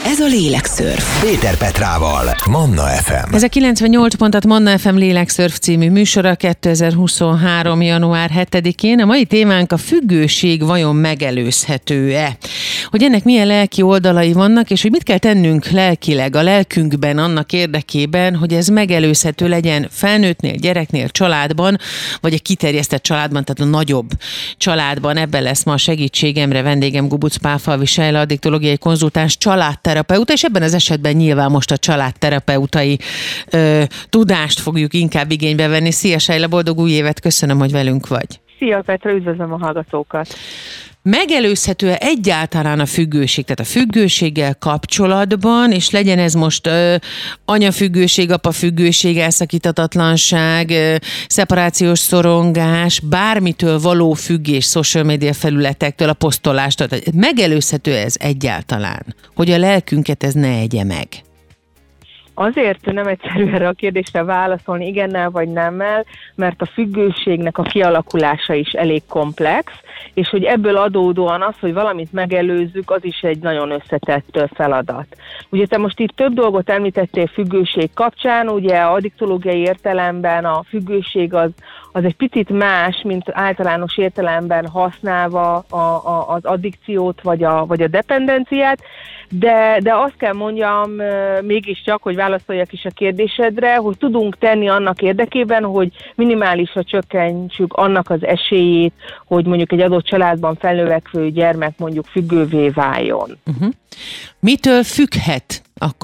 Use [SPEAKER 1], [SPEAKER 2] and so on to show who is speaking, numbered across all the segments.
[SPEAKER 1] Ez a Lélekszörf.
[SPEAKER 2] Péter Petrával, Manna FM.
[SPEAKER 3] Ez a 98 pontat Manna FM Lélekszörf című műsora 2023. január 7-én. A mai témánk a függőség vajon megelőzhető-e? Hogy ennek milyen lelki oldalai vannak, és hogy mit kell tennünk lelkileg a lelkünkben annak érdekében, hogy ez megelőzhető legyen felnőttnél, gyereknél, családban, vagy a kiterjesztett családban, tehát a nagyobb családban. Ebben lesz ma a segítségemre vendégem Gubuc Pálfalvi Sejla, addiktológiai konzultáns, családterapeuta, és ebben az esetben nyilván most a családterapeutai tudást fogjuk inkább igénybe venni. Szia Sejla, boldog új évet, köszönöm, hogy velünk vagy.
[SPEAKER 4] Szia Petra, üdvözlöm a hallgatókat.
[SPEAKER 3] Megelőzhető-e egyáltalán a függőség, tehát a függőséggel kapcsolatban, és legyen ez most anyafüggőség, apafüggőség, elszakíthatatlanság, szeparációs szorongás, bármitől való függés, social media felületektől, a posztolástól. Megelőzhető ez egyáltalán, hogy a lelkünket ez ne egye meg?
[SPEAKER 4] Azért nem egyszerű erre a kérdésre válaszolni igennel vagy nemmel, mert a függőségnek a kialakulása is elég komplex, és hogy ebből adódóan az, hogy valamit megelőzzük, az is egy nagyon összetett feladat. Ugye te most itt több dolgot említettél függőség kapcsán, ugye addiktológiai értelemben a függőség az egy picit más, mint általános értelemben használva az addikciót vagy a dependenciát, de azt kell mondjam mégiscsak, hogy válaszoljak is a kérdésedre, hogy tudunk tenni annak érdekében, hogy minimálisra csökkentsük annak az esélyét, hogy mondjuk egy adott családban felnövekvő gyermek mondjuk függővé váljon.
[SPEAKER 3] Mitől függhet?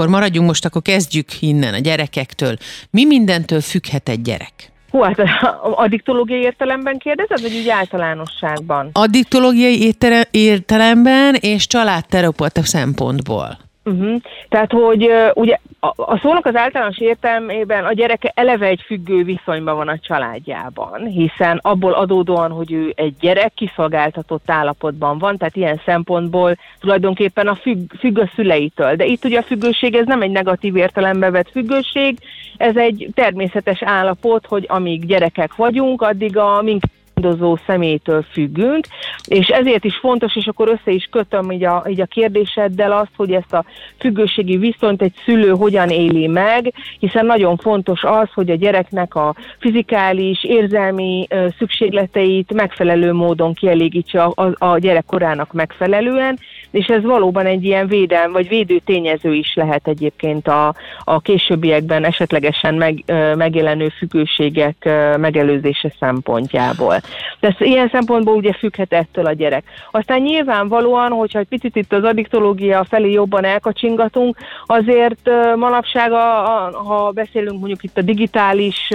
[SPEAKER 3] Akkor kezdjük innen a gyerekektől. Mi mindentől függhet egy gyerek?
[SPEAKER 4] Hát addiktológiai értelemben kérdezed, vagy úgy általánosságban?
[SPEAKER 3] Addiktológiai értelemben és családterapeuta szempontból.
[SPEAKER 4] Tehát, hogy ugye a szónak az általános értelmében a gyereke eleve egy függő viszonyban van a családjában, hiszen abból adódóan, hogy ő egy gyerek, kiszolgáltatott állapotban van, tehát ilyen szempontból tulajdonképpen függ a szüleitől. De itt ugye a függőség, ez nem egy negatív értelembe vett függőség, ez egy természetes állapot, hogy amíg gyerekek vagyunk, addig a minket gondozó személytől függünk, és ezért is fontos, és akkor össze is kötöm így a kérdéseddel azt, hogy ezt a függőségi viszonyt egy szülő hogyan éli meg, hiszen nagyon fontos az, hogy a gyereknek a fizikális, érzelmi szükségleteit megfelelő módon kielégítse a gyerekkorának megfelelően, és ez valóban egy ilyen védő tényező is lehet egyébként a későbbiekben esetlegesen megjelenő függőségek megelőzése szempontjából. De ilyen szempontból ugye függhet ettől a gyerek. Aztán nyilvánvalóan, hogyha egy picit itt az addiktológia felé jobban elkacsingatunk, azért manapság, ha beszélünk mondjuk itt a digitális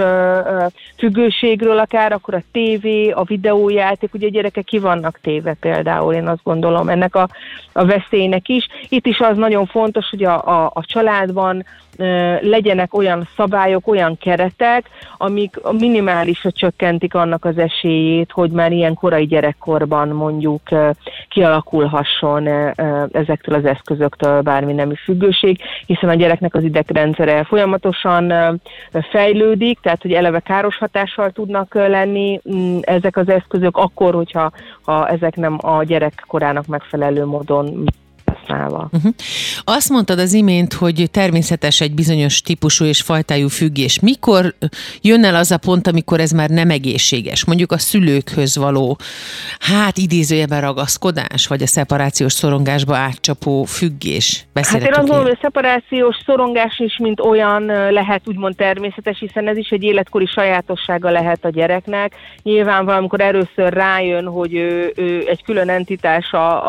[SPEAKER 4] függőségről akár, akkor a tévé, a videójáték, ugye a gyerekek ki vannak téve például, én azt gondolom ennek a veszélynek is. Itt is az nagyon fontos, hogy a családban legyenek olyan szabályok, olyan keretek, amik minimálisra csökkentik annak az esélyét, hogy már ilyen korai gyerekkorban mondjuk kialakulhasson ezektől az eszközöktől bármi nemű függőség, hiszen a gyereknek az idegrendszere folyamatosan fejlődik, tehát hogy eleve káros hatással tudnak lenni ezek az eszközök, akkor, hogyha ezek nem a gyerekkorának megfelelő módon használva.
[SPEAKER 3] Azt mondtad az imént, hogy természetes egy bizonyos típusú és fajtájú függés. Mikor jön el az a pont, amikor ez már nem egészséges? Mondjuk a szülőkhöz való, idézőjelben ragaszkodás, vagy a szeparációs szorongásba átcsapó függés?
[SPEAKER 4] Hát én azt mondom, hogy a szeparációs szorongás is mint olyan lehet úgymond természetes, hiszen ez is egy életkori sajátossága lehet a gyereknek. Nyilván valamikor először rájön, hogy ő egy külön entitás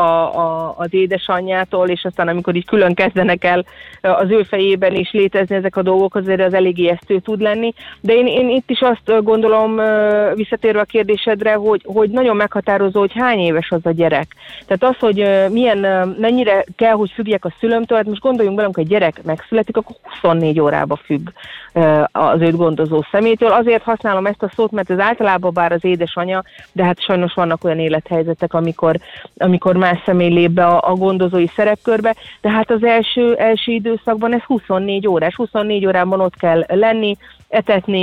[SPEAKER 4] az édesanyjától, és aztán amikor így külön kezdenek el az ő fejében is létezni ezek a dolgok, azért az elég ijesztő tud lenni. De én itt is azt gondolom, visszatérve a kérdésedre, hogy nagyon meghatározó, hogy hány éves az a gyerek. Tehát az, hogy mennyire kell, hogy függjek a szülőmtől, hát most gondoljunk bele, amikor egy gyerek megszületik, akkor 24 órába függ az őt gondozó személytől. Azért használom ezt a szót, mert ez általában bár az édesanya, de hát sajnos vannak olyan élethelyzetek, amikor más személy lép be a gondozói szerepkörbe, de hát az első időszakban ez 24 órás, 24 órában ott kell lenni, etetni,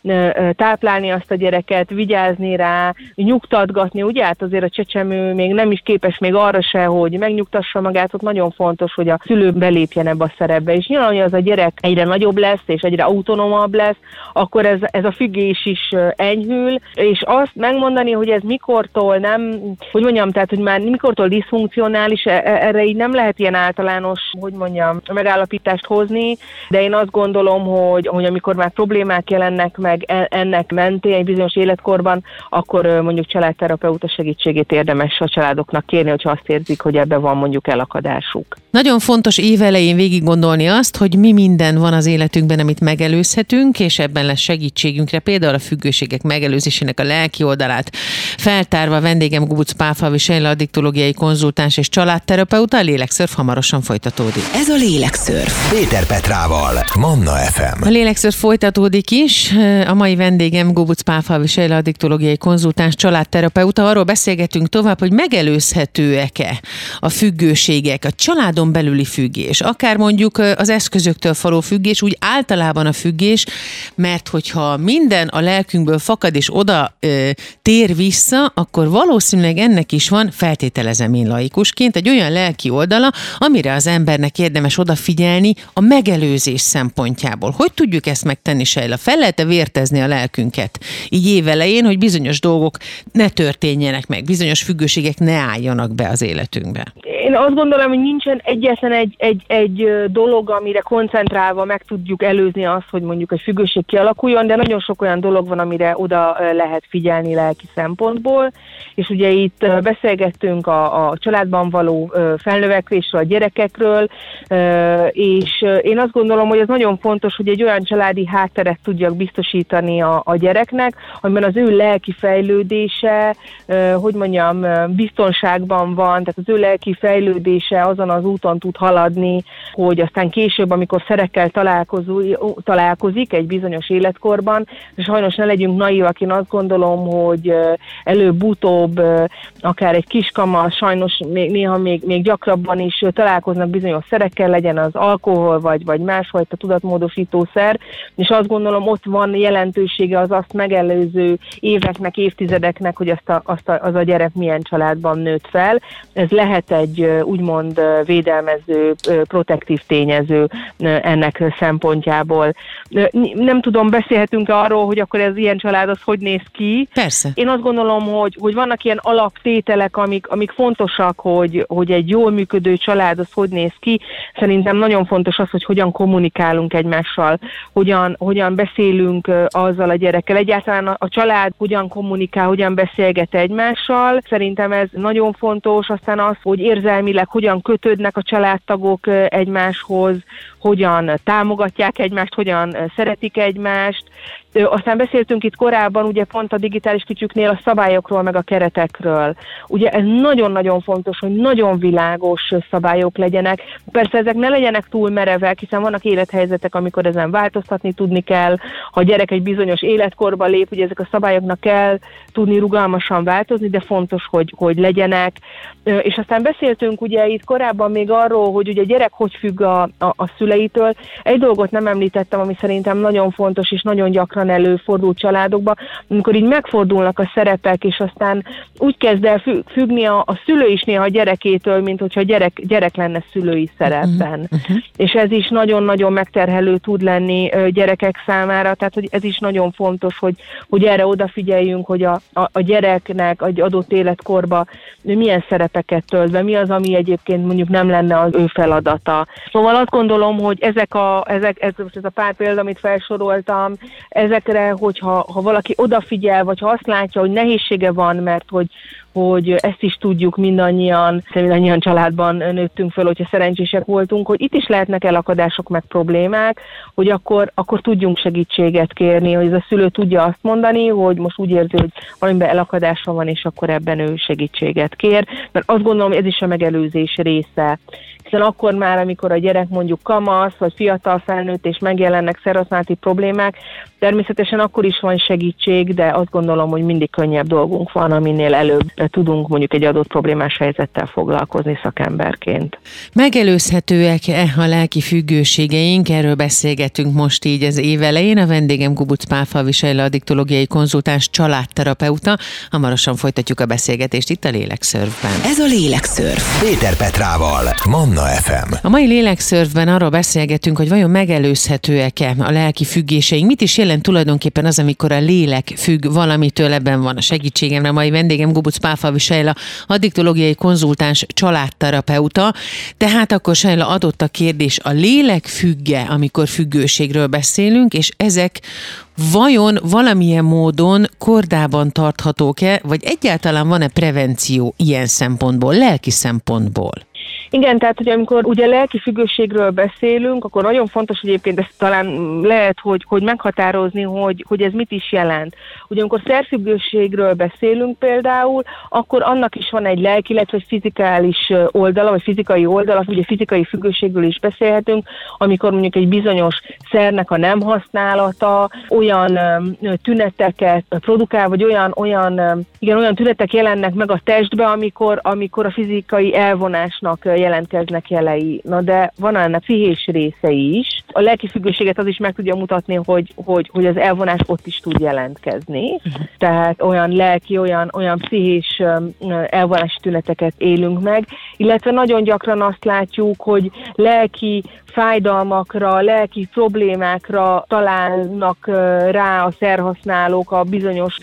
[SPEAKER 4] táplálni azt a gyereket, vigyázni rá, nyugtatgatni, ugye? Hát azért a csecsemő még nem is képes még arra se, hogy megnyugtassa magát, ott nagyon fontos, hogy a szülő belépjen ebbe a szerepbe. És nyilván, hogy az a gyerek egyre nagyobb lesz, és egyre autonómabb lesz, akkor ez a függés is enyhül, és azt megmondani, hogy ez mikortól nem, hogy mondjam, tehát, hogy már mikortól diszfunkcionális, erre így nem lehet ilyen általános, hogy mondjam, megállapítást hozni, de én azt gondolom, hogy amikor már problémák jelennek meg ennek mentén egy bizonyos életkorban, akkor mondjuk családterapeuta segítségét érdemes a családoknak kérni, hogyha azt érzik, hogy ebben van mondjuk elakadásuk.
[SPEAKER 3] Nagyon fontos évelején végig gondolni azt, hogy mi minden van az életünkben, amit megelőzhetünk, és ebben lesz segítségünkre, például a függőségek megelőzésének a lelki oldalát feltárva. Vendégem Gubuc Pálfalvi Sejla, addiktológiai konzultáns és családterapeuta. A Lélekszörf hamarosan folytatódik.
[SPEAKER 2] Ez a Lélekszörf. Péter Petrával, Manna FM.
[SPEAKER 3] A Lélekszörf folytatódik is. A mai vendégem Gubuc Pálfalvi Sejla, addiktológiai konzultáns, családterapeuta. Arról beszélgetünk tovább, hogy megelőzhetőek-e a függőségek, a családon belüli függés, akár mondjuk az eszközöktől való függés, úgy általában a függés, mert hogyha minden a lelkünkből fakad és oda tér vissza, akkor valószínűleg ennek is van, feltételezem én laikusként, egy olyan lelki oldala, amire az embernek érdemes odafigyelni a megelőzés szempontjából. Hogy tudjuk ezt megtenni, Sejla? Fel lehet-e vértezni a lelkünket így évelején, hogy bizonyos dolgok ne történjenek meg, bizonyos függőségek ne álljanak be az életünkbe?
[SPEAKER 4] Én azt gondolom, hogy nincsen egyetlen egy dolog, amire koncentrálva meg tudjuk előzni azt, hogy mondjuk egy függőség kialakuljon, de nagyon sok olyan dolog van, amire oda lehet figyelni lelki szempontból, és ugye itt beszélgettünk a családban való felnövekvésről, a gyerekekről, és én azt gondolom, hogy ez nagyon fontos, hogy egy olyan családi hátteret tudjak biztosítani a gyereknek, amiben az ő lelki fejlődése, hogy mondjam, biztonságban van, tehát az ő lelki fejlődése azon az úton tud haladni, hogy aztán később, amikor szerekkel találkozik egy bizonyos életkorban, és sajnos ne legyünk naívak, én azt gondolom, hogy előbb-utóbb akár egy kiskamasz, sajnos néha még gyakrabban is találkoznak bizonyos szerekkel, legyen az alkohol, vagy másfajta tudatmódosítószer, és azt gondolom, ott van jelentősége az azt megelőző éveknek, évtizedeknek, hogy az a gyerek milyen családban nőtt fel. Ez lehet egy úgymond védelmező, protektív tényező ennek szempontjából. Nem tudom, beszélhetünk arról, hogy akkor ez ilyen család az hogy néz ki.
[SPEAKER 3] Persze.
[SPEAKER 4] Én azt gondolom, hogy vannak ilyen alaptételek, amik fontosak, hogy egy jól működő család az hogy néz ki. Szerintem nagyon fontos az, hogy hogyan kommunikálunk egymással, hogyan beszélünk azzal a gyerekkel. Egyáltalán a család hogyan kommunikál, hogyan beszélget egymással. Szerintem ez nagyon fontos. Aztán az, hogy érzelmileg hogyan kötődnek a családtagok egymáshoz, hogyan támogatják egymást, hogyan szeretik egymást. Aztán beszéltünk itt korábban, ugye pont a digitális kicsüknél a szabályokról, meg a keretekről. Ugye ez nagyon-nagyon fontos, hogy nagyon világos szabályok legyenek. Persze ezek ne legyenek túl merevek, hiszen vannak élethelyzetek, amikor ezen változtatni tudni kell. Ha a gyerek egy bizonyos életkorba lép, ugye ezek a szabályoknak kell tudni rugalmasan változni, de fontos, hogy legyenek. És aztán beszéltünk ugye itt korábban még arról, hogy ugye a gyerek hogy függ a szüleitől. Egy dolgot nem említettem, ami szerintem nagyon fontos, és nagyon gyakran előfordul családokba, amikor így megfordulnak a szerepek, és aztán úgy kezd el függni a szülő is néha a gyerekétől, mint hogyha gyerek lenne szülői szerepben. És ez is nagyon-nagyon megterhelő tud lenni gyerekek számára, tehát hogy ez is nagyon fontos, hogy erre odafigyeljünk, hogy a gyereknek egy adott életkorban milyen szerepeket tölt be, mi az, ami egyébként mondjuk nem lenne az ő feladata. Szóval azt gondolom, hogy ez a pár példa, amit felsoroltam, ezekre, hogyha valaki odafigyel, vagy ha azt látja, hogy nehézsége van, mert hogy ezt is tudjuk mindannyian családban nőttünk föl, hogyha szerencsések voltunk, hogy itt is lehetnek elakadások meg problémák, hogy akkor tudjunk segítséget kérni, hogy ez a szülő tudja azt mondani, hogy most úgy érzi, hogy valamiben elakadása van, és akkor ebben ő segítséget kér. Mert azt gondolom, hogy ez is a megelőzés része. Hiszen akkor már, amikor a gyerek mondjuk kamasz, vagy fiatal felnőtt, és megjelennek szerhasználati problémák, természetesen akkor is van segítség, de azt gondolom, hogy mindig könnyebb dolgunk van, aminél előbb tudunk mondjuk egy adott problémás helyzettel foglalkozni szakemberként.
[SPEAKER 3] Megelőzhetőek-e a lelki függőségeink? Erről beszélgetünk most így az év elején. A vendégem Gubuc Pálfalvi Sejla, addiktológiai konzultáns, családterapeuta. Hamarosan folytatjuk a beszélgetést itt a Lélekszörfben.
[SPEAKER 2] Ez a Lélekszörf Péter Petrával, Manna FM.
[SPEAKER 3] A mai Lélekszörfben arról beszélgetünk, hogy vajon megelőzhetőek-e a lelki függéseink. Mit is jelent tulajdonképpen az, amikor a lélek függ valamitől? Ebben van a segítségemre mai vendégem Gubuc Pálfalvi Sejla, addiktológiai konzultáns, családterapeuta. Tehát akkor Sejla, adott a kérdés, a lélek függe, amikor függőségről beszélünk, és ezek vajon valamilyen módon kordában tarthatók-e, vagy egyáltalán van-e prevenció ilyen szempontból, lelki szempontból?
[SPEAKER 4] Igen, tehát hogy amikor ugye lelki függőségről beszélünk, akkor nagyon fontos, hogy egyébként ezt talán lehet, hogy meghatározni, hogy ez mit is jelent. Ugye amikor szerfüggőségről beszélünk például, akkor annak is van egy lelki, illetve fizikális oldala, vagy fizikai oldala, ugye fizikai függőségről is beszélhetünk, amikor mondjuk egy bizonyos szernek a nem használata olyan tüneteket produkál, vagy olyan tünetek jelennek meg a testbe, amikor a fizikai elvonásnak jelentkeznek jelei. Na de van ennek pszichés része is. A lelki függőséget az is meg tudja mutatni, hogy az elvonás ott is tud jelentkezni. Tehát olyan lelki, olyan pszichés elvonási tüneteket élünk meg, illetve nagyon gyakran azt látjuk, hogy lelki fájdalmakra, lelki problémákra találnak rá a szerhasználók a bizonyos,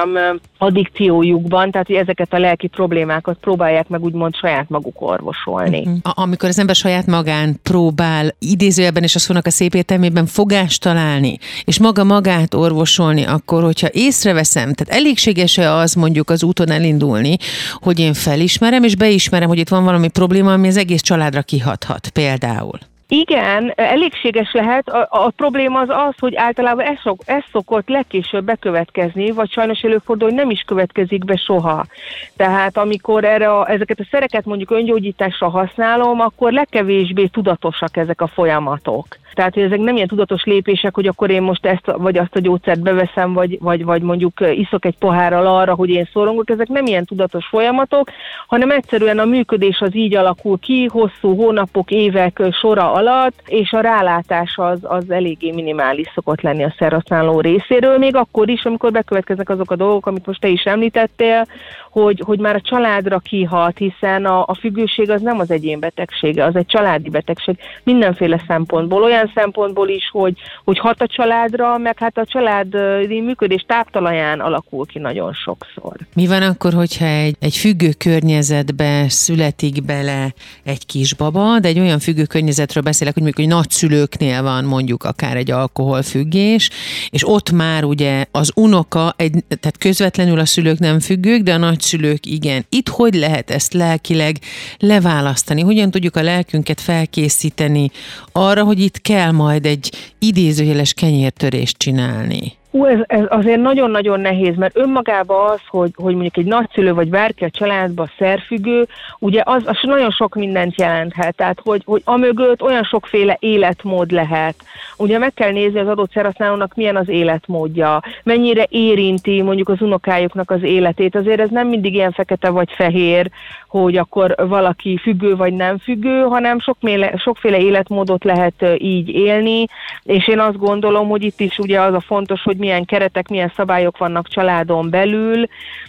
[SPEAKER 4] addikciójukban, tehát hogy ezeket a lelki problémákat próbálják meg úgymond saját maguk orvosolni.
[SPEAKER 3] Amikor az ember saját magán próbál idézőjelben és a szónak a szép értelmében fogást találni, és maga magát orvosolni, akkor, hogyha észreveszem, tehát elégséges-e az mondjuk az úton elindulni, hogy én felismerem és beismerem, hogy itt van valami probléma, ami az egész családra kihathat például?
[SPEAKER 4] Igen, elégséges lehet. A probléma az, hogy általában ez szokott legkésőbb bekövetkezni, vagy sajnos előfordul, hogy nem is következik be soha. Tehát amikor ezeket a szereket mondjuk öngyógyításra használom, akkor legkevésbé tudatosak ezek a folyamatok. Tehát, hogy ezek nem ilyen tudatos lépések, hogy akkor én most ezt vagy azt a gyógyszert beveszem, vagy mondjuk iszok egy pohárral arra, hogy én szorongok. Ezek nem ilyen tudatos folyamatok, hanem egyszerűen a működés az így alakul ki, hosszú hónapok, évek sora alatt, és a rálátás az eléggé minimális szokott lenni a szerhasználó részéről, még akkor is, amikor bekövetkeznek azok a dolgok, amit most te is említettél, hogy már a családra kihat, hiszen a függőség az nem az egyén betegsége, az egy családi betegség mindenféle szempontból. Olyan szempontból is, hogy hat a családra, meg hát a családi működés táptalaján alakul ki nagyon sokszor.
[SPEAKER 3] Mi van akkor, hogyha egy függő környezetbe születik bele egy kisbaba, de egy olyan függő környezetről beszélek, hogy mondjuk, hogy nagyszülőknél van mondjuk akár egy alkoholfüggés, és ott már ugye az unoka, tehát közvetlenül a szülők nem függők, de a nagyszülők igen. Itt hogy lehet ezt lelkileg leválasztani? Hogyan tudjuk a lelkünket felkészíteni arra, hogy itt kell majd egy idézőjeles kenyértörést csinálni?
[SPEAKER 4] Ez azért nagyon-nagyon nehéz, mert önmagában az, hogy mondjuk egy nagyszülő vagy bárki a családban szerfüggő, ugye az nagyon sok mindent jelenthet, tehát hogy amögött olyan sokféle életmód lehet. Ugye meg kell nézni az adott szerhasználónak milyen az életmódja, mennyire érinti mondjuk az unokájuknak az életét. Azért ez nem mindig ilyen fekete vagy fehér, hogy akkor valaki függő vagy nem függő, hanem sokféle életmódot lehet így élni, és én azt gondolom, hogy itt is ugye az a fontos, hogy milyen keretek, milyen szabályok vannak családon belül,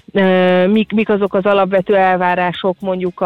[SPEAKER 4] mik azok az alapvető elvárások mondjuk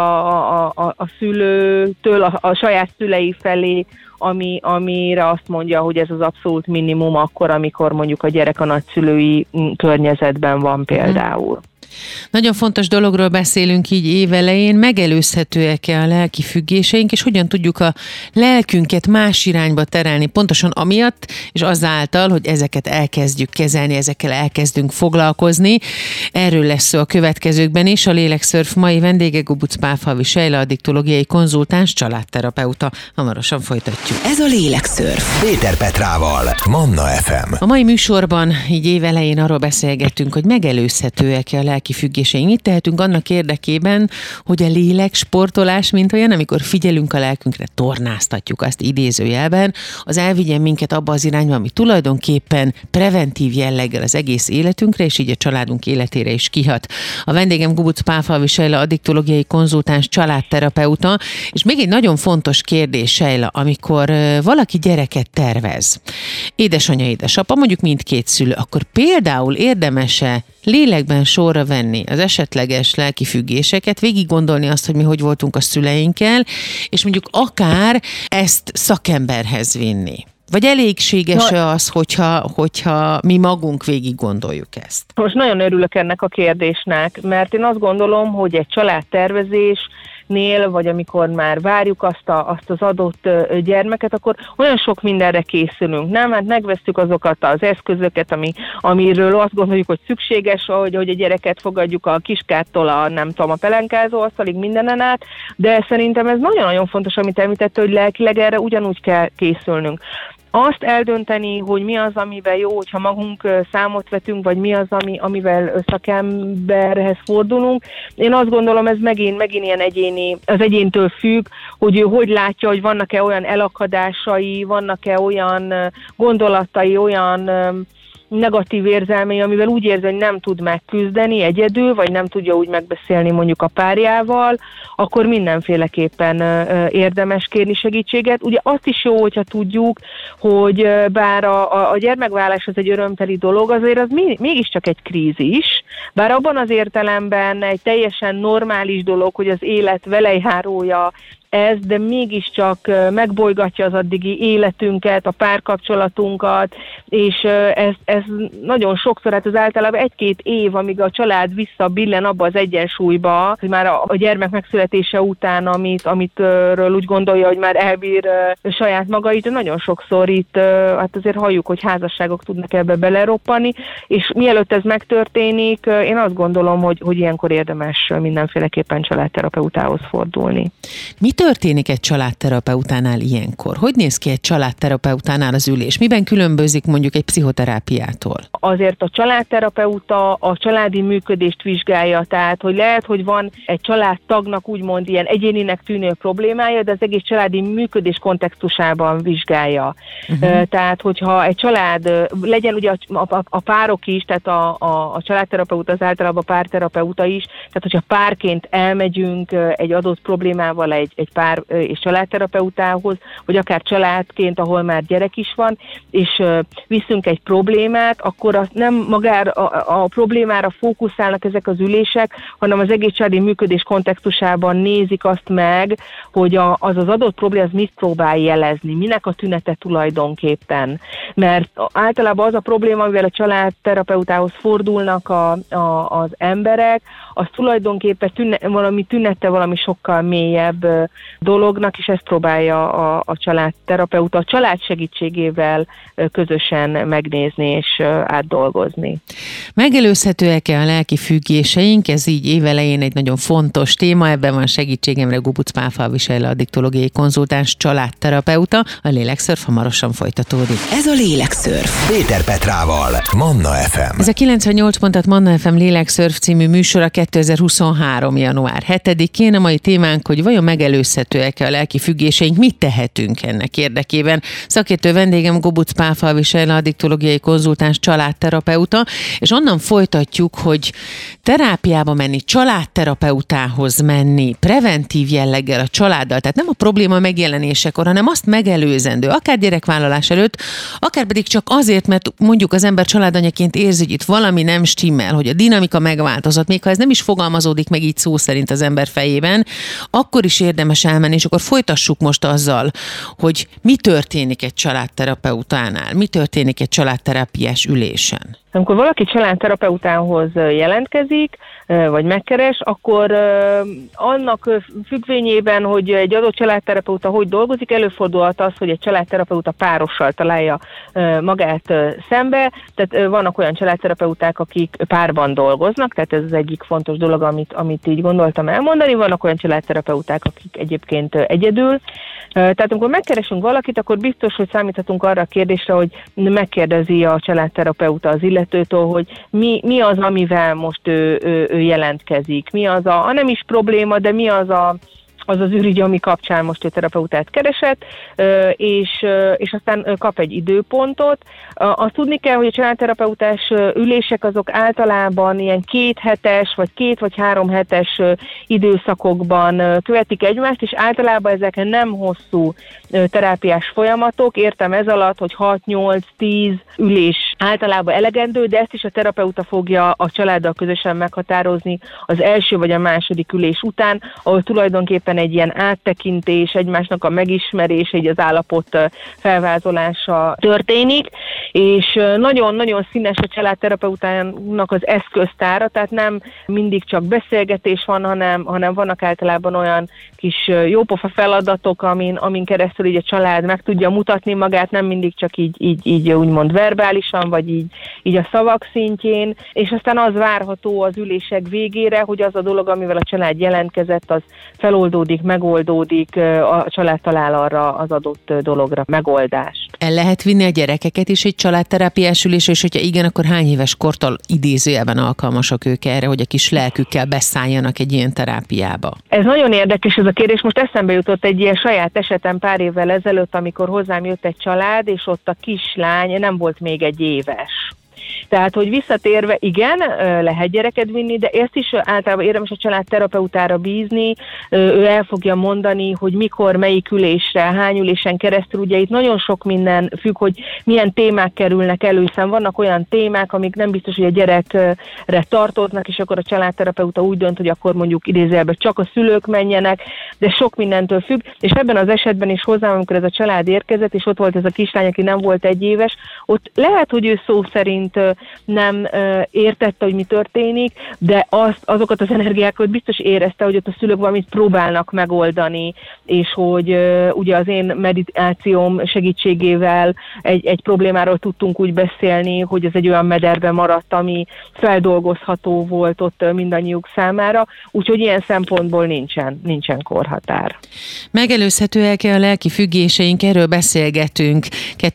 [SPEAKER 4] a szülőtől, a saját szülei felé, amire azt mondja, hogy ez az abszolút minimum akkor, amikor mondjuk a gyerek a nagyszülői környezetben van például.
[SPEAKER 3] Nagyon fontos dologról beszélünk így évelején, megelőzhetőek-e a lelki függéseink, és hogyan tudjuk a lelkünket más irányba terelni, pontosan amiatt, és azáltal, hogy ezeket elkezdjük kezelni, ezekkel elkezdünk foglalkozni. Erről lesz szó a következőkben is. A Lélekszörf mai vendége Gubuc Pálfalvi Sejla, addiktológiai konzultáns, családterapeuta. Hamarosan folytatjuk.
[SPEAKER 2] Ez a Lélekszörf Péter Petrával, Manna FM.
[SPEAKER 3] A mai műsorban így évelején arról beszélgettünk, hogy megelőzhetőek-e a lelki lelki függéseink. Mit tehetünk annak érdekében, hogy a lélek sportolás, mint olyan, amikor figyelünk a lelkünkre, tornáztatjuk azt idézőjelben, az elvigyen minket abba az irányba, ami tulajdonképpen preventív jelleggel az egész életünkre, és így a családunk életére is kihat. A vendégem Gubuc Pálfalvi Sejla, addiktológiai konzultáns, családterapeuta, és még egy nagyon fontos kérdés, Sejla, amikor valaki gyereket tervez, édesanyja, édesapa, mondjuk mindkét szülő, akkor például érdemes-e lélekben sorra venni az esetleges lelki függéseket, végig gondolni azt, hogy mi hogy voltunk a szüleinkkel, és mondjuk akár ezt szakemberhez vinni? Vagy elégséges-e az, hogyha mi magunk végig gondoljuk ezt?
[SPEAKER 4] Most nagyon örülök ennek a kérdésnek, mert én azt gondolom, hogy egy családtervezésnél, vagy amikor már várjuk azt az adott gyermeket, akkor olyan sok mindenre készülünk, nem? Hát megvesztük azokat az eszközöket, amiről azt gondoljuk, hogy szükséges, hogy a gyereket fogadjuk a kiskától a pelenkázó asztalig mindenen át, de szerintem ez nagyon-nagyon fontos, amit említett, hogy lelkileg erre ugyanúgy kell készülnünk. Azt eldönteni, hogy mi az, amivel jó, hogyha magunk számot vetünk, vagy mi az, amivel szakemberhez fordulunk. Én azt gondolom, ez megint ilyen egyéni, az egyéntől függ, hogy ő hogy látja, hogy vannak-e olyan elakadásai, vannak-e olyan gondolatai, olyan negatív érzelmei, amivel úgy érzi, hogy nem tud megküzdeni egyedül, vagy nem tudja úgy megbeszélni mondjuk a párjával, akkor mindenféleképpen érdemes kérni segítséget. Ugye azt is jó, hogyha tudjuk, hogy bár a gyermekvállalás az egy örömteli dolog, azért az mégiscsak egy krízis, bár abban az értelemben egy teljesen normális dolog, hogy az élet velejárója ez, de mégiscsak megbolygatja az addigi életünket, a párkapcsolatunkat, és ez nagyon sokszor, hát az általában 1-2 év, amíg a család visszabillen abba az egyensúlyba, hogy már a gyermek megszületése után, amitről úgy gondolja, hogy már elbír saját maga, így nagyon sokszor itt, hát azért halljuk, hogy házasságok tudnak ebbe beleroppani, és mielőtt ez megtörténik, én azt gondolom, hogy ilyenkor érdemes mindenféleképpen családterapeutához fordulni.
[SPEAKER 3] Mi történik egy családterapeutánál ilyenkor? Hogy néz ki egy családterapeutánál az ülés? Miben különbözik mondjuk egy pszichoterápiától? Azért
[SPEAKER 4] a családterapeuta a családi működést vizsgálja, tehát hogy lehet, hogy van egy családtagnak úgymond ilyen egyéninek tűnő problémája, de az egész családi működés kontextusában vizsgálja. Tehát, hogyha egy család, legyen ugye a párok is, tehát a családterapeuta az általában a párterapeuta is, tehát hogyha párként elmegyünk egy adott problémával egy pár és családterapeutához, vagy akár családként, ahol már gyerek is van, és viszünk egy problémát, akkor azt nem magára a problémára fókuszálnak ezek az ülések, hanem az egész családi működés kontextusában nézik azt meg, hogy az adott probléma az mit próbál jelezni, minek a tünete tulajdonképpen. Mert általában az a probléma, amivel a családterapeutához fordulnak az emberek, az tulajdonképpen valami tünete, valami sokkal mélyebb dolognak, és ezt próbálja a családterapeuta a család segítségével közösen megnézni és átdolgozni.
[SPEAKER 3] Megelőzhetőek-e a lelki függéseink? Ez így évelején egy nagyon fontos téma, ebben van segítségemre Gubuc Pálfalvi Sejla, addiktológiai konzultáns, családterapeuta. A Lélekszörf hamarosan folytatódik.
[SPEAKER 2] Ez a Lélekszörf Péter Petrával, Manna FM.
[SPEAKER 3] Ez a 98 pontat Manna FM Lélekszörf című műsora 2023. január 7-én. A mai témánk, hogy vajon megelőzhetőek-e a lelki függéseink, mit tehetünk ennek érdekében. Szakértő vendégem Gubuc Pálfalvi Sejla, addiktológiai konzultáns, családterapeuta, és onnan folytatjuk, hogy terápiába menni, családterapeutához menni, preventív jelleggel a családdal, tehát nem a probléma megjelenésekor, hanem azt megelőzendő, akár gyerekvállalás előtt, akár pedig csak azért, mert mondjuk az ember családanyaként érzi, hogy itt valami nem stimmel, hogy a dinamika megváltozott, még ha ez nem is fogalmazódik meg így szó szerint az ember fejében, akkor is érdemes elmenni, és akkor folytassuk most azzal, hogy mi történik egy családterapeutánál, mi történik egy családterápiás ülésen.
[SPEAKER 4] Amikor valaki családterapeutához jelentkezik, vagy megkeres, akkor annak függvényében, hogy egy adott családterapeuta hogy dolgozik, előfordulhat az, hogy egy családterapeuta párossal találja magát szembe. Tehát vannak olyan családterapeuták, akik párban dolgoznak, tehát ez az egyik fontos dolog, amit így gondoltam elmondani. Vannak olyan családterapeuták, akik egyébként egyedül. Tehát amikor megkeresünk valakit, akkor biztos, hogy számíthatunk arra a kérdésre, hogy megkérdezi a családterapeuta az illetőt, illetőtől, hogy mi az, amivel most ő jelentkezik, mi az ha nem is probléma, de mi az az ürügy, ami kapcsán most ő terapeutát keresett, és aztán kap egy időpontot. Azt tudni kell, hogy a családterapeutás ülések azok általában ilyen 2 hetes, vagy 2 vagy 3 hetes időszakokban követik egymást, és általában ezek nem hosszú terápiás folyamatok. Értem ez alatt, hogy 6-8-10 ülés általában elegendő, de ezt is a terapeuta fogja a családdal közösen meghatározni az első vagy a második ülés után, ahol tulajdonképpen egy ilyen áttekintés, egymásnak a megismerése, így az állapot felvázolása történik, és nagyon-nagyon színes a családterapeutának az eszköztára, tehát nem mindig csak beszélgetés van, hanem vannak általában olyan kis jópofa feladatok, amin keresztül így a család meg tudja mutatni magát, nem mindig csak így úgymond verbálisan, vagy így a szavak szintjén, és aztán az várható az ülések végére, hogy az a dolog, amivel a család jelentkezett, az feloldódik, megoldódik, a család talál arra az adott dologra megoldást.
[SPEAKER 3] El lehet vinni a gyerekeket is egy családterápiás ülésre, és hogyha igen, akkor hány éves kortól idézőjelben alkalmasak ők erre, hogy a kis lelkükkel beszálljanak egy ilyen terápiába?
[SPEAKER 4] Ez nagyon érdekes ez a kérdés. Most eszembe jutott egy ilyen saját esetem pár évvel ezelőtt, amikor hozzám jött egy család, és ott a kislány nem volt még 1 éves. Tehát, hogy visszatérve, igen, lehet gyereket vinni, de ezt is általában érdemes a családterapeutára bízni, ő el fogja mondani, hogy mikor, melyik ülésre, hány ülésen keresztül, ugye itt nagyon sok minden függ, hogy milyen témák kerülnek elő, hiszen vannak olyan témák, amik nem biztos, hogy a gyerekre tartoznak, és akkor a családterapeuta úgy dönt, hogy akkor mondjuk idézőjelben csak a szülők menjenek, de sok mindentől függ, és ebben az esetben is hozzám, amikor ez a család érkezett, és ott volt ez a kislány, aki nem volt 1 éves, ott lehet, hogy ő szó szerint nem értette, hogy mi történik, de azokat az energiákat biztos érezte, hogy ott a szülők valamit próbálnak megoldani, és hogy ugye az én meditációm segítségével egy problémáról tudtunk úgy beszélni, hogy ez egy olyan mederbe maradt, ami feldolgozható volt ott mindannyiuk számára, úgyhogy ilyen szempontból nincsen korhatár.
[SPEAKER 3] Megelőzhetőek-e a lelki függéseink? Erről beszélgetünk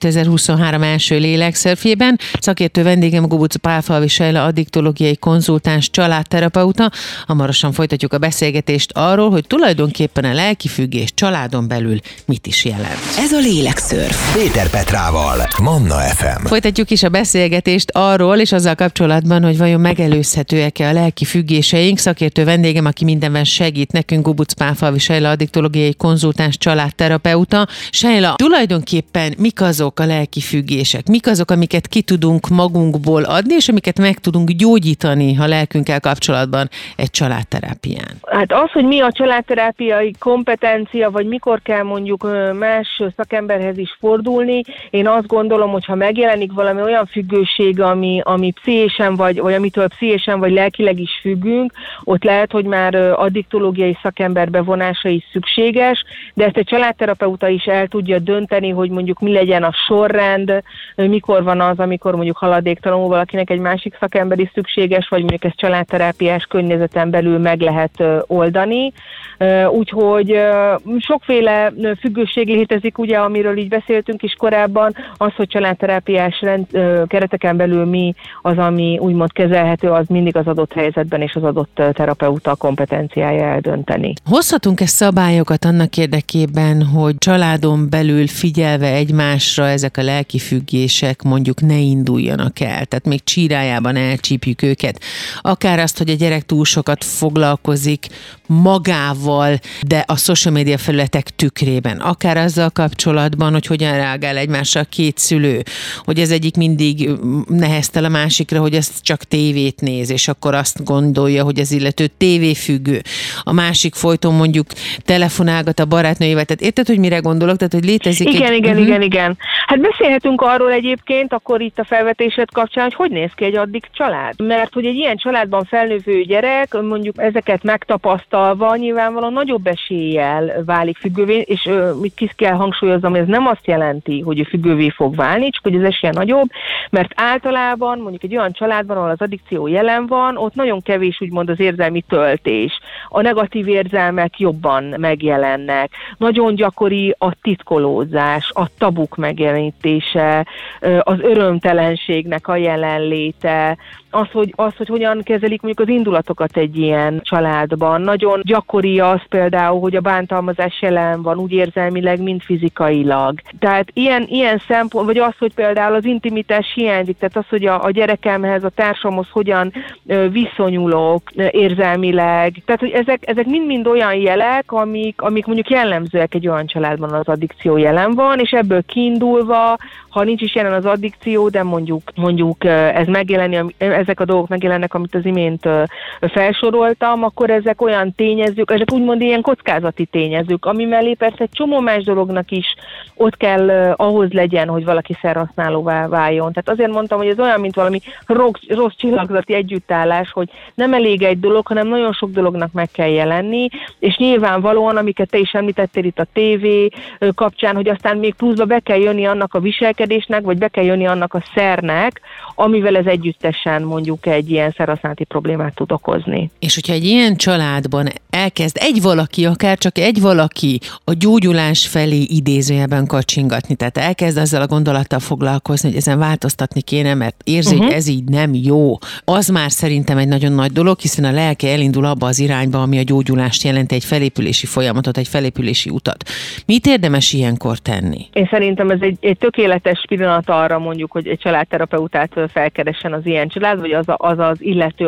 [SPEAKER 3] 2023 első lélekszörfjében. Szakértő vendégem Gubuc Pálfalvi Sejla, addiktológiai konzultáns, családterapeuta. Hamarosan folytatjuk a beszélgetést arról, hogy tulajdonképpen a lelkifüggés családon belül mit is jelent.
[SPEAKER 2] Ez a Lélekszörf Péter Petrával, Manna FM.
[SPEAKER 3] Folytatjuk is a beszélgetést arról és azzal kapcsolatban, hogy vajon megelőzhetőek-e a lelkifüggéseink. Szakértő vendégem, aki mindenben segít nekünk, Gubuc Pálfalvi Sejla, addiktológiai konzultáns, családterapeuta. Sejla, tulajdonképpen mik azok a lelkifüggések? Mik azok, amiket ki tudunk magunkból adni, és amiket meg tudunk gyógyítani a lelkünkkel kapcsolatban egy családterápián?
[SPEAKER 4] Hát az, hogy mi a családterápiai kompetencia, vagy mikor kell mondjuk más szakemberhez is fordulni, én azt gondolom, hogy ha megjelenik valami olyan függőség, ami pszichésen vagy amitől pszichésen vagy lelkileg is függünk, ott lehet, hogy már addiktológiai szakember bevonása is szükséges, de ezt egy családterapeuta is el tudja dönteni, hogy mondjuk mi legyen a sorrend, mikor van az, amikor mondjuk haladéktalanul valakinek egy másik szakember is szükséges, vagy mondjuk ezt családterápiás környezeten belül meg lehet oldani. Úgyhogy sokféle függőség létezik, ugye, amiről így beszéltünk is korábban, az, hogy családterápiás kereteken belül mi az, ami úgymond kezelhető, az mindig az adott helyzetben és az adott terapeuta kompetenciája eldönteni.
[SPEAKER 3] Hozhatunk-e szabályokat annak érdekében, hogy családon belül figyelve egymásra ezek a lelkifüggések mondjuk ne induljanak el, tehát még csírájában elcsípjük őket. Akár azt, hogy a gyerek túl sokat foglalkozik magával, de a social media felületek tükrében. Akár azzal kapcsolatban, hogy hogyan reagál egymásra a 2 szülő, hogy az egyik mindig neheztel a másikra, hogy ezt csak tévét néz, és akkor azt gondolja, hogy az illető tévéfüggő. A másik folyton mondjuk telefonálgat a barátnőjével. Tehát érted, hogy mire gondolok? Tehát, hogy létezik
[SPEAKER 4] Igen. Hát beszélhetünk arról egyébként, akkor itt a felvetésed kapcsán, hogy néz ki egy addikt család. Mert hogy egy ilyen családban felnövő gyerek mondjuk ezeket megtapasztal, tapasztalva nyilvánvalóan nagyobb eséllyel válik függővé, és ki kell hangsúlyoznom, hogy ez nem azt jelenti, hogy ő függővé fog válni, csak hogy az esélye nagyobb, mert általában mondjuk egy olyan családban, ahol az addikció jelen van, ott nagyon kevés úgymond az érzelmi töltés. A negatív érzelmek jobban megjelennek. Nagyon gyakori a titkolózás, a tabuk megjelenítése, az örömtelenségnek a jelenléte, az, hogy hogyan kezelik mondjuk az indulatokat egy ilyen családban. Nagyon gyakori az például, hogy a bántalmazás jelen van úgy érzelmileg, mint fizikailag. Tehát ilyen szempont, vagy az, hogy például az intimitás hiányzik, tehát az, hogy a gyerekemhez, a társamhoz hogyan viszonyulok érzelmileg. Tehát, hogy ezek mind-mind olyan jelek, amik mondjuk jellemzőek egy olyan családban, az addikció jelen van, és ebből kiindulva, ha nincs is jelen az addikció, de mondjuk ez ezek a dolgok megjelennek, amit az imént felsoroltam, akkor ezek olyan tényezők, ezek úgymond ilyen kockázati tényezők, ami mellé persze egy csomó más dolognak is ott kell ahhoz legyen, hogy valaki szerhasználóvá váljon. Tehát azért mondtam, hogy ez olyan, mint valami rossz csillagzati együttállás, hogy nem elég egy dolog, hanem nagyon sok dolognak meg kell jelenni, és nyilvánvalóan, amiket te is említettél itt a tévé kapcsán, hogy aztán még pluszba be kell jönni annak a viselkedésnek, vagy be kell jönni annak a szernek, amivel ez együttesen mondjuk egy ilyen szerhasználati problémát tud okozni.
[SPEAKER 3] És hogyha egy ilyen családban elkezd akár csak egy valaki a gyógyulás felé idézőjelben kacsingatni, tehát elkezd azzal a gondolattal foglalkozni, hogy ezen változtatni kéne, mert érzi, hogy ez így nem jó. Az már szerintem egy nagyon nagy dolog, hiszen a lelke elindul abba az irányba, ami a gyógyulást jelenti, egy felépülési folyamatot, egy felépülési utat. Mit érdemes ilyenkor tenni?
[SPEAKER 4] Én szerintem ez egy tökéletes pillanat arra mondjuk, hogy egy családterapeutát felkeressen az ilyen család, vagy az illető,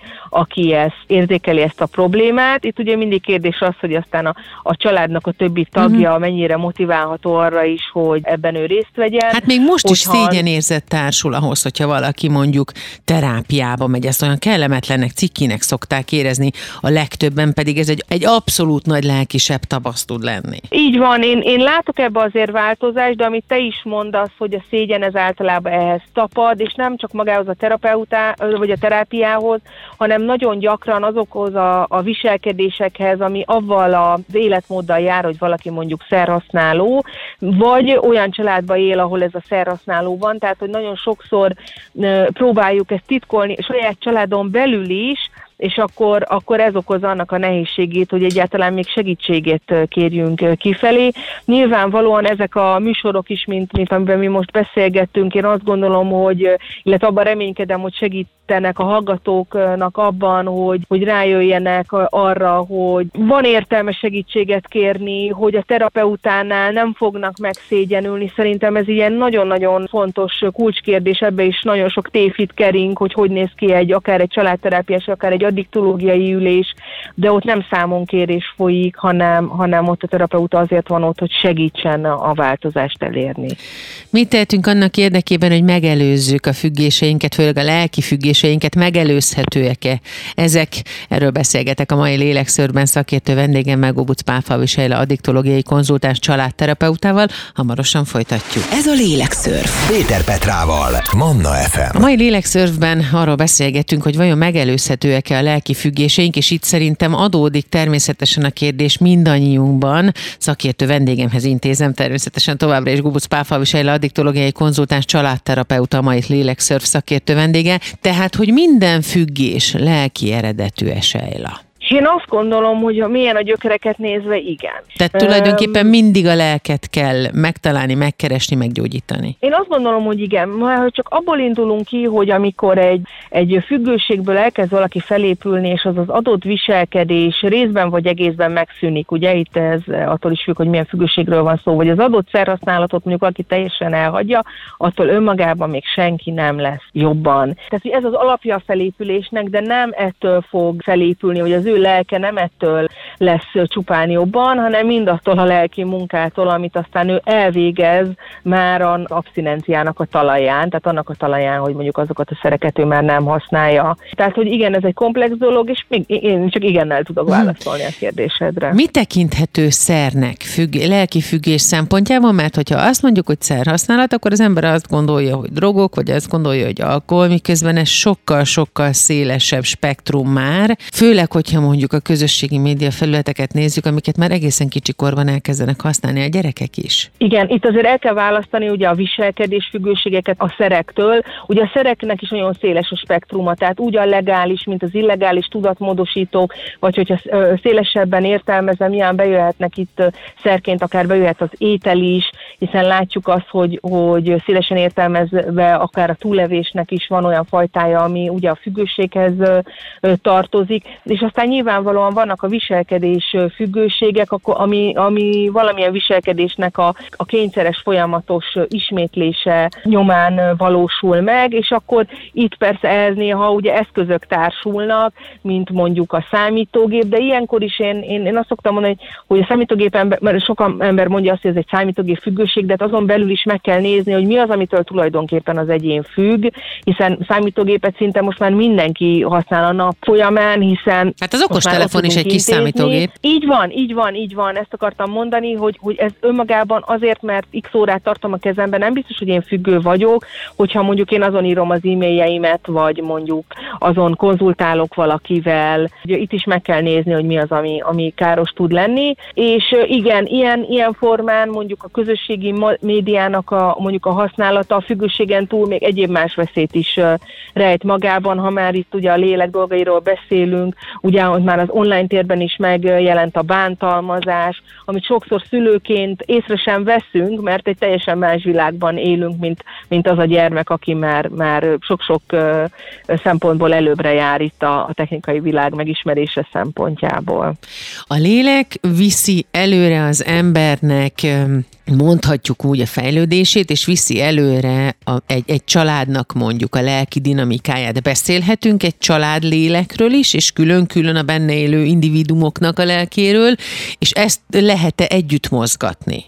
[SPEAKER 4] aki érzékeli ezt a problémát. Itt ugye mindig kérdés az, hogy aztán a családnak a többi tagja mennyire motiválható arra is, hogy ebben ő részt vegyen.
[SPEAKER 3] Hát még most is szégyenérzet társul ahhoz, hogyha valaki mondjuk terápiába megy, ezt olyan kellemetlennek, cikkinek szokták érezni, a legtöbben pedig ez egy abszolút nagy lelkisebb tabasz tud lenni.
[SPEAKER 4] Így van, én látok ebbe azért változást, de amit te is mondasz, hogy a szégyen ez általában ehhez tapad, és nem csak magához a vagy a terápiához, hanem nagyon gyakran azokhoz a viselkedésekhez, ami avval az életmóddal jár, hogy valaki mondjuk szerhasználó, vagy olyan családba él, ahol ez a szerhasználó van, tehát hogy nagyon sokszor próbáljuk ezt titkolni saját családon belül is, és akkor ez okozza annak a nehézségét, hogy egyáltalán még segítségét kérjünk kifelé. Nyilvánvalóan ezek a műsorok is, mint amiben mi most beszélgettünk, én azt gondolom, illetve abban reménykedem, hogy segítenek a hallgatóknak abban, hogy rájöjjenek arra, hogy van értelme segítséget kérni, hogy a terapeutánál nem fognak megszégyenülni. Szerintem ez ilyen nagyon-nagyon fontos kulcskérdés, ebbe is nagyon sok tévhit kering, hogy néz ki akár egy családterápiás, akár egy addiktológiai ülés, de ott nem számonkérés folyik, hanem ott a terapeuta azért van ott, hogy segítsen a változást elérni.
[SPEAKER 3] Mit tehetünk annak érdekében, hogy megelőzzük a függéseinket, főleg a lelki függéseinket, megelőzhetőek-e ezek? Erről beszélgetek a mai Lélekszörfben szakértő vendégemmel, Gobucs Pálfalvi Sejla addiktológiai konzultáns családterapeutával. Hamarosan folytatjuk.
[SPEAKER 2] Ez a Lélekszörf Péter Petrával, Manna FM.
[SPEAKER 3] A mai Lélekszörfben arról beszélgetünk, hogy vajon megelőzhetőek-e a lelki függéseink, és itt szerintem adódik természetesen a kérdés mindannyiunkban. Szakértő vendégemhez intézem természetesen továbbra is Gobucs Pálfalvi Sejla addiktológiai konzultáns családterapeuta, a mai Lélekszörf szakértő vendége. Tehát, hogy minden függés lelki eredetű-e, Sejla?
[SPEAKER 4] Én azt gondolom, hogy ha milyen a gyökereket nézve, igen.
[SPEAKER 3] Tehát tulajdonképpen mindig a lelket kell megtalálni, megkeresni, meggyógyítani.
[SPEAKER 4] Én azt gondolom, hogy igen, mert csak abból indulunk ki, hogy amikor egy függőségből elkezd valaki felépülni, és az adott viselkedés részben vagy egészben megszűnik, ugye itt ez attól is függ, hogy milyen függőségről van szó, vagy az adott szerhasználatot mondjuk valaki teljesen elhagyja, attól önmagában még senki nem lesz jobban. Tehát ez az alapja a felépülésnek, de nem ettől fog felépülni, hogy az ő lelke nem ettől lesz csupán jobban, hanem mindattól a lelki munkától, amit aztán ő elvégez már az abszinenciának a talaján, tehát annak a talaján, hogy mondjuk azokat a szereket ő már nem használja. Tehát, hogy igen, ez egy komplex dolog, és még én csak igennel tudok válaszolni a kérdésedre.
[SPEAKER 3] Mi tekinthető szernek lelki függés szempontjából? Mert hogyha azt mondjuk, hogy szerhasználat, akkor az ember azt gondolja, hogy drogok, vagy azt gondolja, hogy alkohol, miközben ez sokkal-sokkal szélesebb spektrum már, főleg, hogyha mondjuk a közösségi média felületeket nézzük, amiket már egészen kicsikorban elkezdenek használni a gyerekek is.
[SPEAKER 4] Igen, itt azért el kell választani ugye a viselkedésfüggőségeket a szerektől. Ugye a szereknek is nagyon széles a spektruma, tehát úgy a legális, mint az illegális tudatmódosítók, vagy hogyha szélesebben értelmezem, ilyen bejöhetnek itt szerként, akár bejöhet az étel is, hiszen látjuk azt, hogy szélesen értelmezve akár a túllevésnek is van olyan fajtája, ami ugye a függőséghez tartozik, és aztán nyilvánvalóan vannak a viselkedés függőségek, ami valamilyen viselkedésnek a kényszeres folyamatos ismétlése nyomán valósul meg, és akkor itt persze ehhez néha ugye eszközök társulnak, mint mondjuk a számítógép, de ilyenkor is én azt szoktam mondani, hogy a számítógépen, mert sok ember mondja azt, hogy ez egy számítógép függőség, de azon belül is meg kell nézni, hogy mi az, amitől tulajdonképpen az egyén függ, hiszen számítógépet szinte most már mindenki használ a nap folyamán, hiszen...
[SPEAKER 3] Hát az okostelefon is egy kis számítógép.
[SPEAKER 4] Így van, ezt akartam mondani, hogy ez önmagában azért, mert x órát tartom a kezemben, nem biztos, hogy én függő vagyok, hogyha mondjuk én azon írom az e-mailjeimet, vagy mondjuk azon konzultálok valakivel. Ugye itt is meg kell nézni, hogy mi az, ami káros tud lenni, és igen, ilyen formán mondjuk a közösségi médiának mondjuk a használata a függőségen túl még egyéb más veszélyt is rejt magában, ha már itt ugye a lélek dolgairól beszélünk, ugye hogy már az online térben is megjelent a bántalmazás, amit sokszor szülőként észre sem veszünk, mert egy teljesen más világban élünk, mint az a gyermek, aki már sok-sok szempontból előbbre jár itt a technikai világ megismerése szempontjából.
[SPEAKER 3] A lélek viszi előre az embernek, mondhatjuk úgy, a fejlődését, és viszi előre egy családnak mondjuk a lelki dinamikáját. Beszélhetünk egy család lélekről is, és külön-külön a benne élő individumoknak a lelkéről, és ezt lehet-e együtt mozgatni?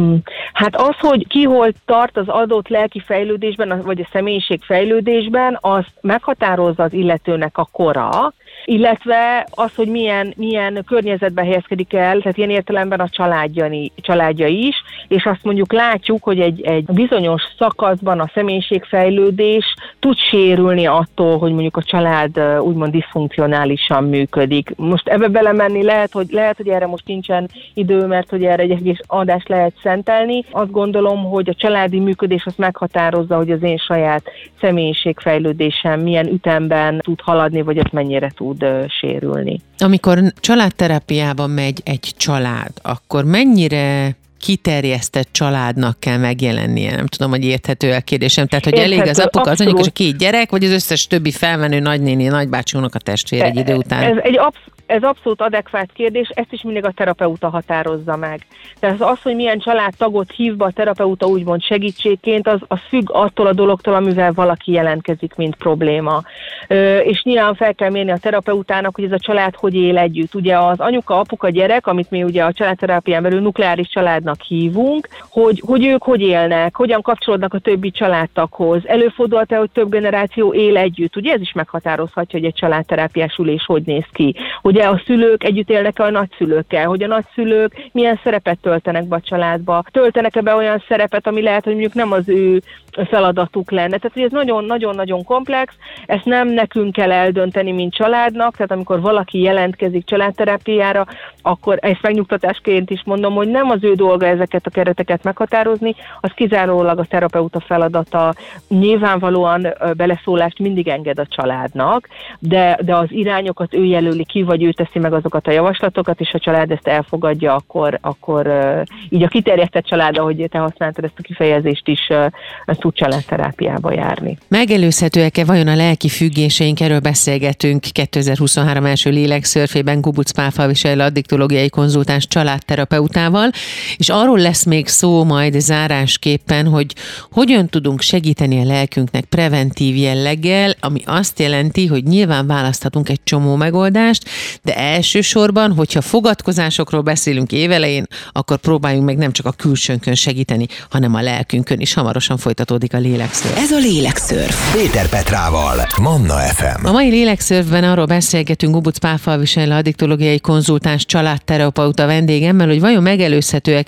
[SPEAKER 4] Hát az, hogy ki hol tart az adott lelki fejlődésben, vagy a személyiség fejlődésben, az meghatározza az illetőnek a kora, illetve az, hogy milyen környezetben helyezkedik el, tehát ilyen értelemben a családja is, és azt mondjuk látjuk, hogy egy bizonyos szakaszban a személyiségfejlődés tud sérülni attól, hogy mondjuk a család úgymond diszfunkcionálisan működik. Most ebbe belemenni lehet, hogy erre most nincsen idő, mert hogy erre egy egész adást lehet szentelni. Azt gondolom, hogy a családi működés az meghatározza, hogy az én saját személyiségfejlődésem milyen ütemben tud haladni, vagy az mennyire tud sérülni.
[SPEAKER 3] Amikor családterápiában megy egy család, akkor mennyire kiterjesztett családnak kell megjelennie? Nem tudom, hogy érthető a kérdésem. Tehát, hogy elég az apuka, az anyuka és a 2 gyerek, vagy az összes többi felmenő nagynéni, nagybácsi, unoka testvér egy idő után?
[SPEAKER 4] Ez abszolút adekvát kérdés, ezt is mindig a terapeuta határozza meg. Tehát az, hogy milyen családtagot hív be a terapeuta úgymond segítségként, az függ attól a dologtól, amivel valaki jelentkezik, mint probléma. És nyilván fel kell mérni a terapeutának, hogy ez a család hogy él együtt. Ugye az anyuka, apuka, gyerek, amit mi ugye a családterápián belül nukleáris családnak hívunk, hogy ők hogy élnek, hogyan kapcsolódnak a többi családtaghoz. Előfordulhat-e, hogy több generáció él együtt? Ugye ez is meghatározhatja, hogy egy családterápiás ülés hogy néz ki. Ugye a szülők együtt élnek-e a nagyszülőkkel, hogy a nagyszülők milyen szerepet töltenek be a családba, töltenek-e be olyan szerepet, ami lehet, hogy mondjuk nem az ő feladatuk lenne. Tehát hogy ez nagyon-nagyon komplex, ezt nem nekünk kell eldönteni, mint családnak, tehát amikor valaki jelentkezik családterápiára, akkor ezt megnyugtatásként is mondom, hogy nem az ő dolga ezeket a kereteket meghatározni, az kizárólag a terapeuta feladata. Nyilvánvalóan beleszólást mindig enged a családnak, de az irányokat ő jelöli ki, vagy ő teszi meg azokat a javaslatokat, és a család ezt elfogadja, akkor így a kiterjesztett család, ahogy te használtad ezt a kifejezést is, tud családterápiába járni.
[SPEAKER 3] Megelőzhetőek-e vajon a lelki függéseink? Erről beszélgetünk 2023 első lélekszörfében Gubuc Pál Falviselő addiktológiai konzultáns családterapeutával, és arról lesz még szó majd zárásképpen, hogy hogyan tudunk segíteni a lelkünknek preventív jelleggel, ami azt jelenti, hogy nyilván választhatunk egy csomó megoldást, de elsősorban, hogyha fogadkozásokról beszélünk évelején, akkor próbáljunk meg nem csak a külsőnkön segíteni, hanem a lelkünkön is. Hamarosan folytatódik a Lélekszörf.
[SPEAKER 2] Ez a Lélekszörf. Péter Petrával, Manna FM.
[SPEAKER 3] A mai Lélekszörfben arról beszélgetünk Gubuc Pál Falviselő addiktológiai konzultáns családterapeuta vendégemmel, hogy vajon megelőzhetőek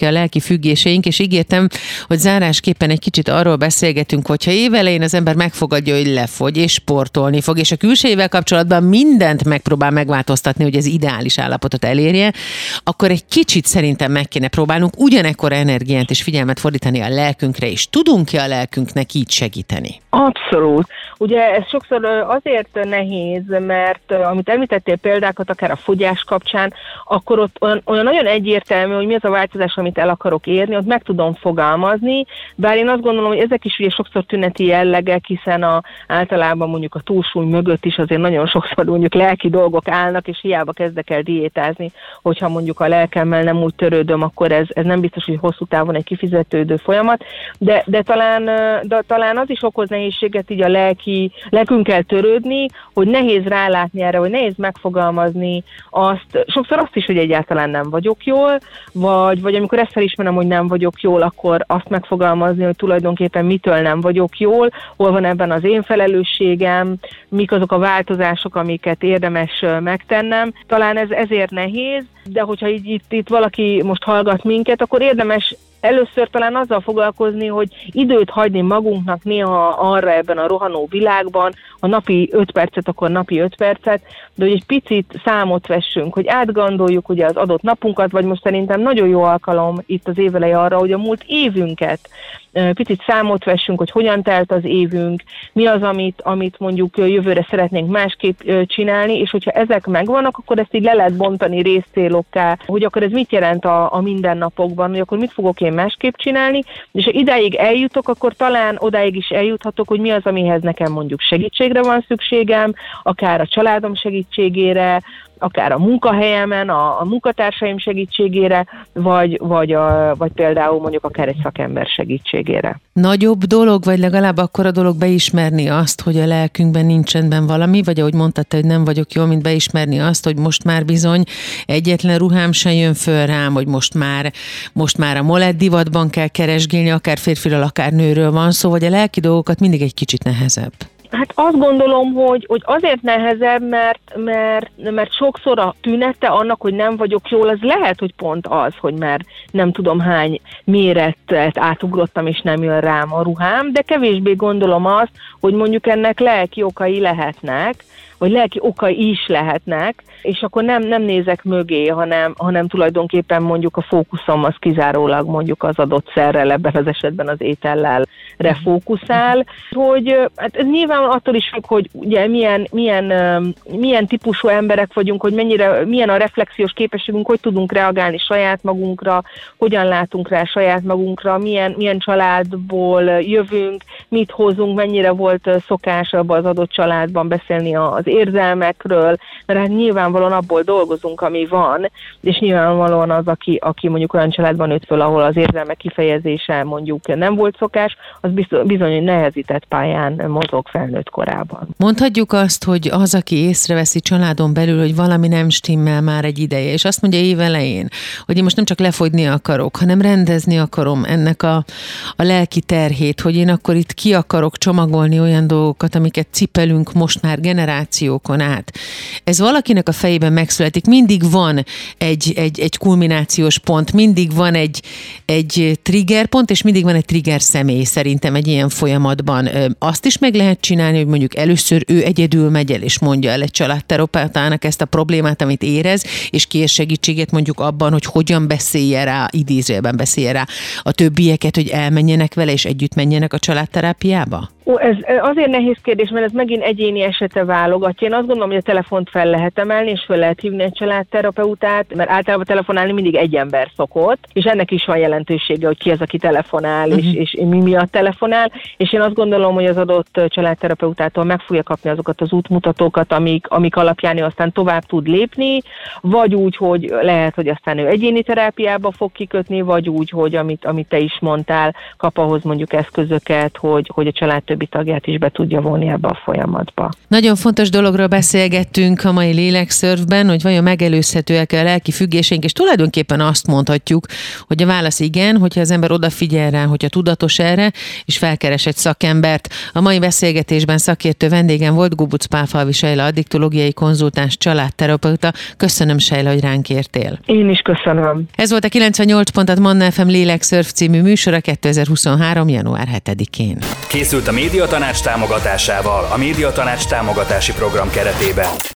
[SPEAKER 3] ki a lelki függéseink, és ígértem, hogy zárásképpen egy kicsit arról beszélgetünk, hogyha évelején az ember megfogadja, hogy lefogy, és sportolni fog, és a külsejével kapcsolatban mindent megpróbál megváltoztatni, hogy az ideális állapotot elérje, akkor egy kicsit szerintem meg kéne próbálnunk ugyanekkora energiát és figyelmet fordítani a lelkünkre, és tudunk-e a lelkünknek így segíteni?
[SPEAKER 4] Abszolút. Ugye ez sokszor azért nehéz, mert amit említettél példákat, akár a fogyás kapcsán, akkor ott olyan nagyon egyértelmű, hogy mi az a változás, amit el akarok érni, ott meg tudom fogalmazni, bár én azt gondolom, hogy ezek is ugye sokszor tüneti jellegek, hiszen általában mondjuk a túlsúly mögött is azért nagyon sokszor mondjuk lelki dolgok állnak, és hiába kezdek el diétázni, hogyha mondjuk a lelkemmel nem úgy törődöm, akkor ez nem biztos, hogy hosszú távon egy kifizetődő folyamat, de talán az is okoz nehézséget így a lelkünkkel törődni, hogy nehéz rálátni erre, hogy nehéz megfogalmazni sokszor azt is, hogy egyáltalán nem vagyok jól, vagy amikor ezt felismerem, hogy nem vagyok jól, akkor azt megfogalmazni, hogy tulajdonképpen mitől nem vagyok jól, hol van ebben az én felelősségem, mik azok a változások, amiket érdemes megtennem. Talán ez ezért nehéz, de hogyha itt valaki most hallgat minket, akkor érdemes először talán azzal foglalkozni, hogy időt hagyni magunknak néha arra ebben a rohanó világban, ha napi 5 percet, akkor napi 5 percet, de hogy egy picit számot vessünk, hogy átgondoljuk ugye az adott napunkat, vagy most szerintem nagyon jó alkalom itt az éveleje arra, hogy a múlt évünket picit számot vessünk, hogy hogyan telt az évünk, mi az, amit mondjuk jövőre szeretnénk másképp csinálni, és hogyha ezek megvannak, akkor ezt így le lehet bontani részcélokká, hogy akkor ez mit jelent a mindennapokban, hogy akkor mit fogok én másképp csinálni, és ha idáig eljutok, akkor talán odáig is eljuthatok, hogy mi az, amihez nekem mondjuk segítségre van szükségem, akár a családom segítségére, akár a munkahelyemen, a munkatársaim segítségére, vagy például mondjuk akár egy szakember segítségére.
[SPEAKER 3] Nagyobb dolog, vagy legalább akkora dolog beismerni azt, hogy a lelkünkben nincs rendben valami, vagy ahogy mondtad te, hogy nem vagyok jól, mint beismerni azt, hogy most már bizony egyetlen ruhám sem jön föl rám, hogy most már a molett divatban kell keresgélni, akár férfiről, akár nőről van szó, vagy a lelki dolgokat mindig egy kicsit nehezebb.
[SPEAKER 4] Hát azt gondolom, hogy azért nehezebb, mert sokszor a tünete annak, hogy nem vagyok jól, az lehet, hogy pont az, hogy már nem tudom hány méretet átugrottam, és nem jön rám a ruhám, de kevésbé gondolom azt, hogy mondjuk ennek lelki okai lehetnek, vagy lelki okai is lehetnek, és akkor nem nézek mögé, hanem tulajdonképpen mondjuk a fókuszom az kizárólag mondjuk az adott szerrel, ebben az esetben az étellel fókuszál, hogy hát ez nyilván attól is függ, hogy ugye milyen típusú emberek vagyunk, hogy milyen a reflexiós képességünk, hogy tudunk reagálni saját magunkra, hogyan látunk rá saját magunkra, milyen családból jövünk, mit hozunk, mennyire volt szokás abban az adott családban beszélni az érzelmekről, mert hát nyilvánvalóan abból dolgozunk, ami van, és nyilvánvalóan az, aki mondjuk olyan családban nőtt föl, ahol az érzelmek kifejezése mondjuk nem volt szokás, az bizony, hogy nehezített pályán mozog felnőtt korában.
[SPEAKER 3] Mondhatjuk azt, hogy az, aki észreveszi családon belül, hogy valami nem stimmel már egy ideje, és azt mondja évelején, hogy én most nem csak lefogyni akarok, hanem rendezni akarom ennek a lelki terhét, hogy én akkor itt ki akarok csomagolni olyan dolgokat, amiket cipelünk most már generációkon át. Ez valakinek a fejében megszületik, mindig van egy kulminációs pont, mindig van egy triggerpont, és mindig van egy trigger személy szerintem egy ilyen folyamatban. Azt is meg lehet csinálni, hogy mondjuk először ő egyedül megy el, és mondja el egy családterapeutának ezt a problémát, amit érez, és kér segítséget mondjuk abban, hogy hogyan beszélje rá, idézőjelben beszélje rá a többieket, hogy elmenjenek vele, és együtt menjenek a családterápiába?
[SPEAKER 4] Ez azért nehéz kérdés, mert ez megint egyéni esete válogatja. Én azt gondolom, hogy a telefont fel lehet emelni, és fel lehet hívni egy családterapeutát, mert általában telefonálni mindig egy ember szokott, és ennek is van jelentősége, hogy ki az, aki telefonál, és mi miatt telefonál, és én azt gondolom, hogy az adott családterapeutától meg fogja kapni azokat az útmutatókat, amik alapján ő aztán tovább tud lépni, vagy úgy, hogy lehet, hogy aztán ő egyéni terápiába fog kikötni, vagy úgy, hogy amit te is mondtál, kap ahhoz mondjuk eszközöket, hogy a család többi tagját is be tudja vonni ebbe a folyamatba.
[SPEAKER 3] Nagyon fontos dologról beszélgettünk a mai Lélekszörfben, hogy vajon megelőzhetőek a lelki függéseink, és tulajdonképpen azt mondhatjuk, hogy a válasz igen, hogyha az ember odafigyel rá, hogyha tudatos erre, és felkeres egy szakembert. A mai beszélgetésben szakértő vendégem volt Gubuc Pálfalvi Sejla, addiktológiai konzultáns, családterapeuta. Köszönöm, Sejla, hogy ránk értél.
[SPEAKER 4] Én is köszönöm.
[SPEAKER 3] Ez volt a 98 pontat Manna FM Lélekszörf című műsora 2023. január 7-én.
[SPEAKER 1] Készült a Médiatanács támogatásával, a Médiatanács támogatási program keretében.